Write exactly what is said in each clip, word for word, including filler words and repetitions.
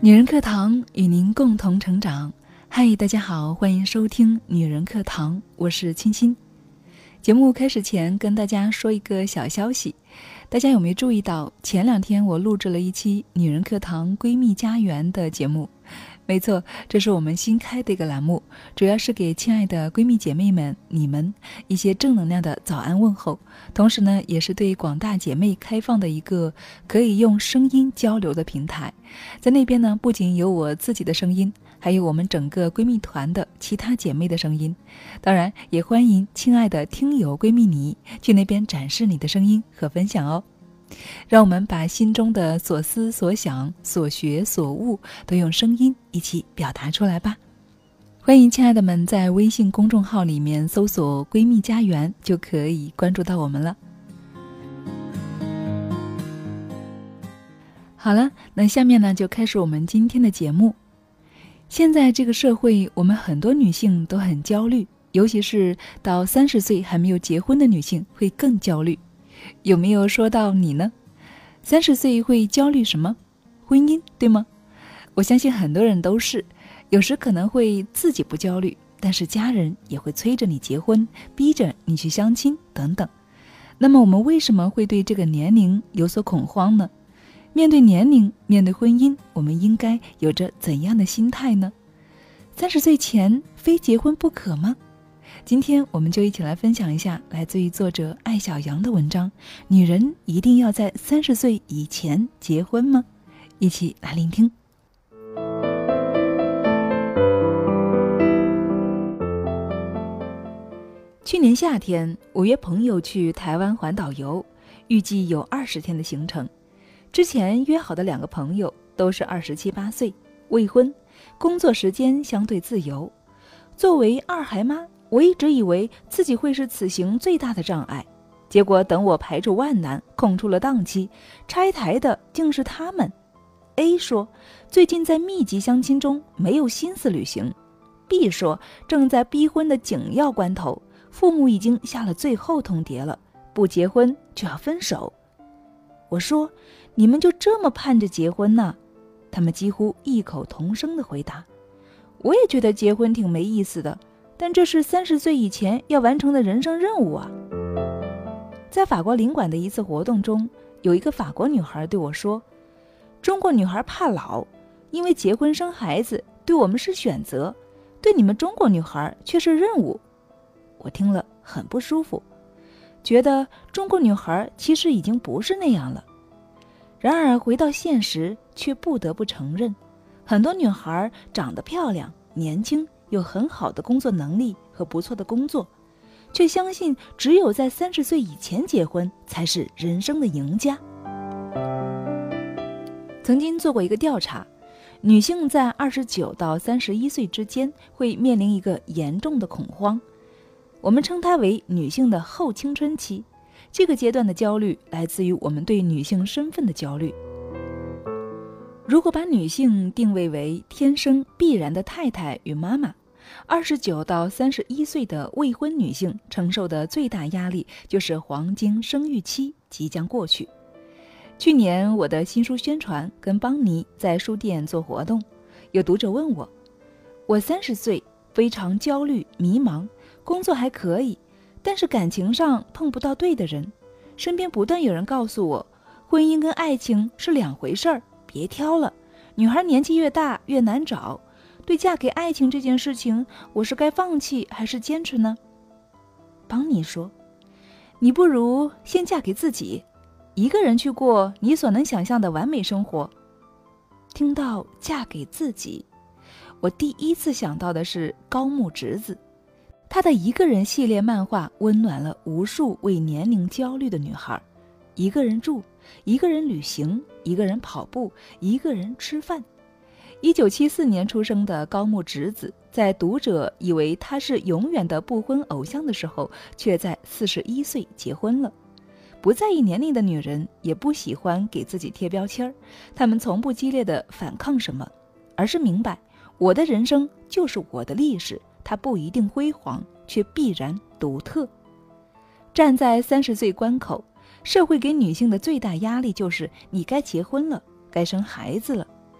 女人课堂与您共同成长。嗨，大家好，欢迎收听女人课堂，我是清新。节目开始前跟大家说一个小消息，大家有没有注意到前两天我录制了一期女人课堂闺蜜家园的节目？没错，这是我们新开的一个栏目，主要是给亲爱的闺蜜姐妹们你们一些正能量的早安问候，同时呢也是对广大姐妹开放的一个可以用声音交流的平台。在那边呢不仅有我自己的声音，还有我们整个闺蜜团的其他姐妹的声音，当然也欢迎亲爱的听友闺蜜你去那边展示你的声音和分享哦。让我们把心中的所思所想所学所悟都用声音一起表达出来吧。欢迎亲爱的们在微信公众号里面搜索闺蜜家园，就可以关注到我们了。好了，那下面呢就开始我们今天的节目。现在这个社会，我们很多女性都很焦虑，尤其是到三十岁还没有结婚的女性会更焦虑。有没有说到你呢？三十岁会焦虑什么？婚姻，对吗？我相信很多人都是，有时可能会自己不焦虑，但是家人也会催着你结婚，逼着你去相亲等等。那么我们为什么会对这个年龄有所恐慌呢？面对年龄，面对婚姻，我们应该有着怎样的心态呢？三十岁前非结婚不可吗？今天我们就一起来分享一下来自于作者艾小羊的文章，女人一定要在三十岁以前结婚吗？一起来聆听。去年夏天，我约朋友去台湾环岛游，预计有二十天的行程。之前约好的两个朋友都是二十七八岁，未婚，工作时间相对自由。作为二孩妈，我一直以为自己会是此行最大的障碍，结果等我排除万难空出了档期，拆台的竟是他们。 A 说最近在密集相亲中没有心思旅行， B 说正在逼婚的紧要关头，父母已经下了最后通牒了，不结婚就要分手。我说你们就这么盼着结婚呢？他们几乎异口同声地回答，我也觉得结婚挺没意思的，但这是三十岁以前要完成的人生任务啊。在法国领馆的一次活动中，有一个法国女孩对我说，中国女孩怕老，因为结婚生孩子对我们是选择，对你们中国女孩却是任务。我听了很不舒服，觉得中国女孩其实已经不是那样了。然而回到现实，却不得不承认，很多女孩长得漂亮，年轻，有很好的工作能力和不错的工作，却相信只有在三十岁以前结婚才是人生的赢家。曾经做过一个调查，女性在二十九到三十一岁之间会面临一个严重的恐慌，我们称它为女性的后青春期。这个阶段的焦虑来自于我们对女性身份的焦虑。如果把女性定位为天生必然的太太与妈妈，二十九到三十一岁的未婚女性承受的最大压力就是黄金生育期即将过去。去年我的新书宣传跟邦尼在书店做活动，有读者问我，我三十岁，非常焦虑迷茫，工作还可以，但是感情上碰不到对的人，身边不断有人告诉我，婚姻跟爱情是两回事儿，别挑了，女孩年纪越大越难找，对嫁给爱情这件事情，我是该放弃还是坚持呢？邦尼说，你不如先嫁给自己，一个人去过你所能想象的完美生活。听到嫁给自己，我第一次想到的是高木直子，她的一个人系列漫画温暖了无数为年龄焦虑的女孩，一个人住，一个人旅行，一个人跑步，一个人吃饭。一九七四年出生的高木直子，在读者以为她是永远的不婚偶像的时候，却在四十一岁结婚了。不在意年龄的女人也不喜欢给自己贴标签，她们从不激烈的反抗什么，而是明白我的人生就是我的历史，它不一定辉煌，却必然独特。站在三十岁关口，社会给女性的最大压力就是你该结婚了，该生孩子了。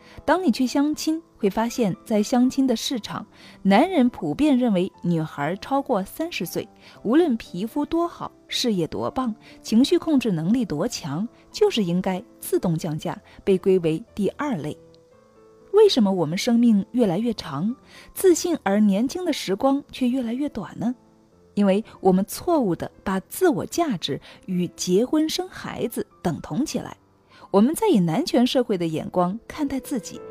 当你去相亲，会发现在相亲的市场，男人普遍认为女孩超过三十岁，无论皮肤多好，事业多棒，情绪控制能力多强，就是应该自动降价，被归为第二类。为什么我们生命越来越长，自信而年轻的时光却越来越短呢？因为我们错误地把自我价值与结婚生孩子等同起来，我们在以男权社会的眼光看待自己。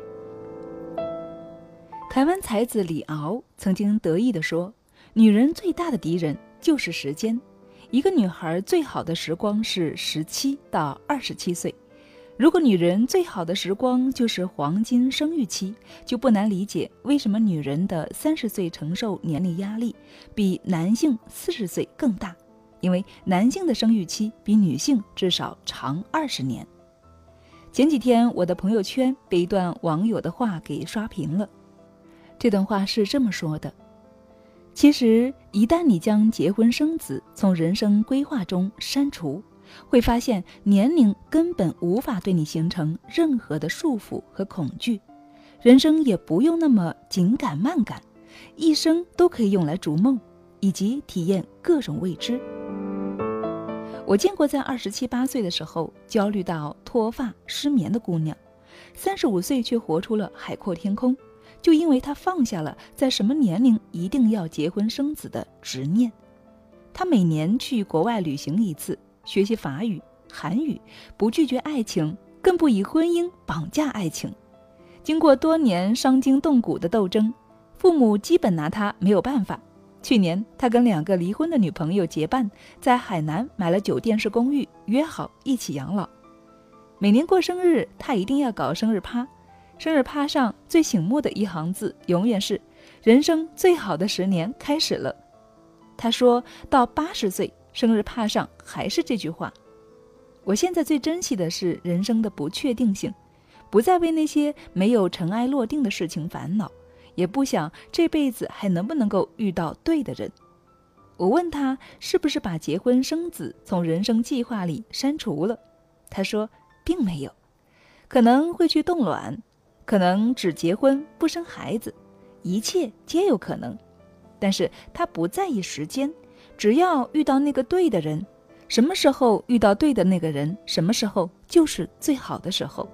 台湾才子李敖曾经得意地说，女人最大的敌人就是时间，一个女孩最好的时光是十七到二十七岁，如果女人最好的时光就是黄金生育期，就不难理解为什么女人的三十岁承受年龄压力比男性四十岁更大，因为男性的生育期比女性至少长二十年。前几天我的朋友圈被一段网友的话给刷屏了，这段话是这么说的：其实一旦你将结婚生子从人生规划中删除，会发现年龄根本无法对你形成任何的束缚和恐惧，人生也不用那么紧赶慢赶，一生都可以用来逐梦以及体验各种未知。我见过在二十七八岁的时候焦虑到脱发失眠的姑娘，三十五岁却活出了海阔天空，就因为她放下了在什么年龄一定要结婚生子的执念。她每年去国外旅行一次，学习法语、韩语，不拒绝爱情，更不以婚姻绑架爱情。经过多年伤筋动骨的斗争，父母基本拿他没有办法。去年他跟两个离婚的女朋友结伴，在海南买了酒店式公寓，约好一起养老。每年过生日，他一定要搞生日趴，生日趴上最醒目的一行字永远是人生最好的十年开始了。他说到八十岁生日趴上还是这句话。我现在最珍惜的是人生的不确定性，不再为那些没有尘埃落定的事情烦恼，也不想这辈子还能不能够遇到对的人。我问他是不是把结婚生子从人生计划里删除了，他说并没有，可能会去冻卵，可能只结婚不生孩子，一切皆有可能。但是他不在意时间，只要遇到那个对的人，什么时候遇到对的那个人，什么时候就是最好的时候。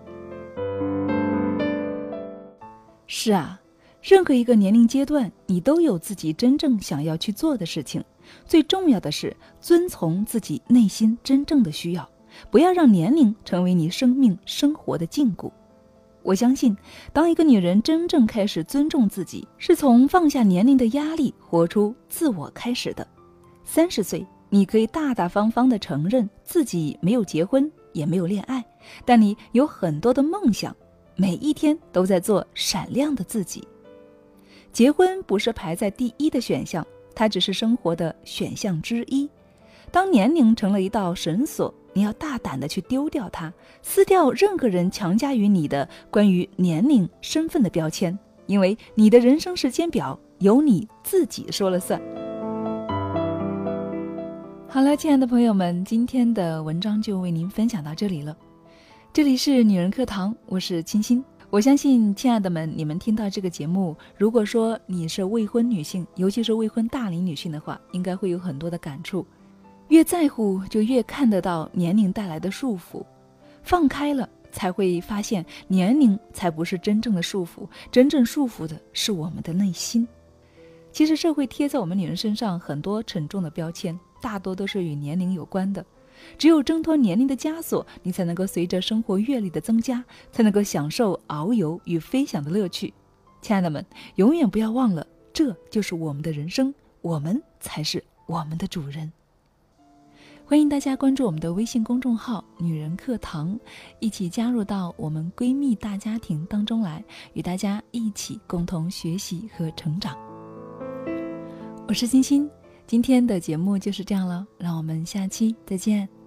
是啊，任何一个年龄阶段，你都有自己真正想要去做的事情，最重要的是遵从自己内心真正的需要，不要让年龄成为你生命生活的禁锢。我相信，当一个女人真正开始尊重自己，是从放下年龄的压力，活出自我开始的。三十岁，你可以大大方方地承认自己没有结婚，也没有恋爱，但你有很多的梦想，每一天都在做闪亮的自己。结婚不是排在第一的选项，它只是生活的选项之一。当年龄成了一道绳索，你要大胆地去丢掉它，撕掉任何人强加于你的关于年龄身份的标签，因为你的人生时间表由你自己说了算。好了，亲爱的朋友们，今天的文章就为您分享到这里了。这里是女人课堂，我是清新。我相信亲爱的们，你们听到这个节目，如果说你是未婚女性，尤其是未婚大龄女性的话，应该会有很多的感触。越在乎就越看得到年龄带来的束缚，放开了才会发现年龄才不是真正的束缚，真正束缚的是我们的内心。其实社会贴在我们女人身上很多沉重的标签，大多都是与年龄有关的。只有挣脱年龄的枷锁，你才能够随着生活阅历的增加，才能够享受遨游与飞翔的乐趣。亲爱的们，永远不要忘了，这就是我们的人生，我们才是我们的主人。欢迎大家关注我们的微信公众号女人课堂，一起加入到我们闺蜜大家庭当中来，与大家一起共同学习和成长。我是欣欣，今天的节目就是这样了，让我们下期再见。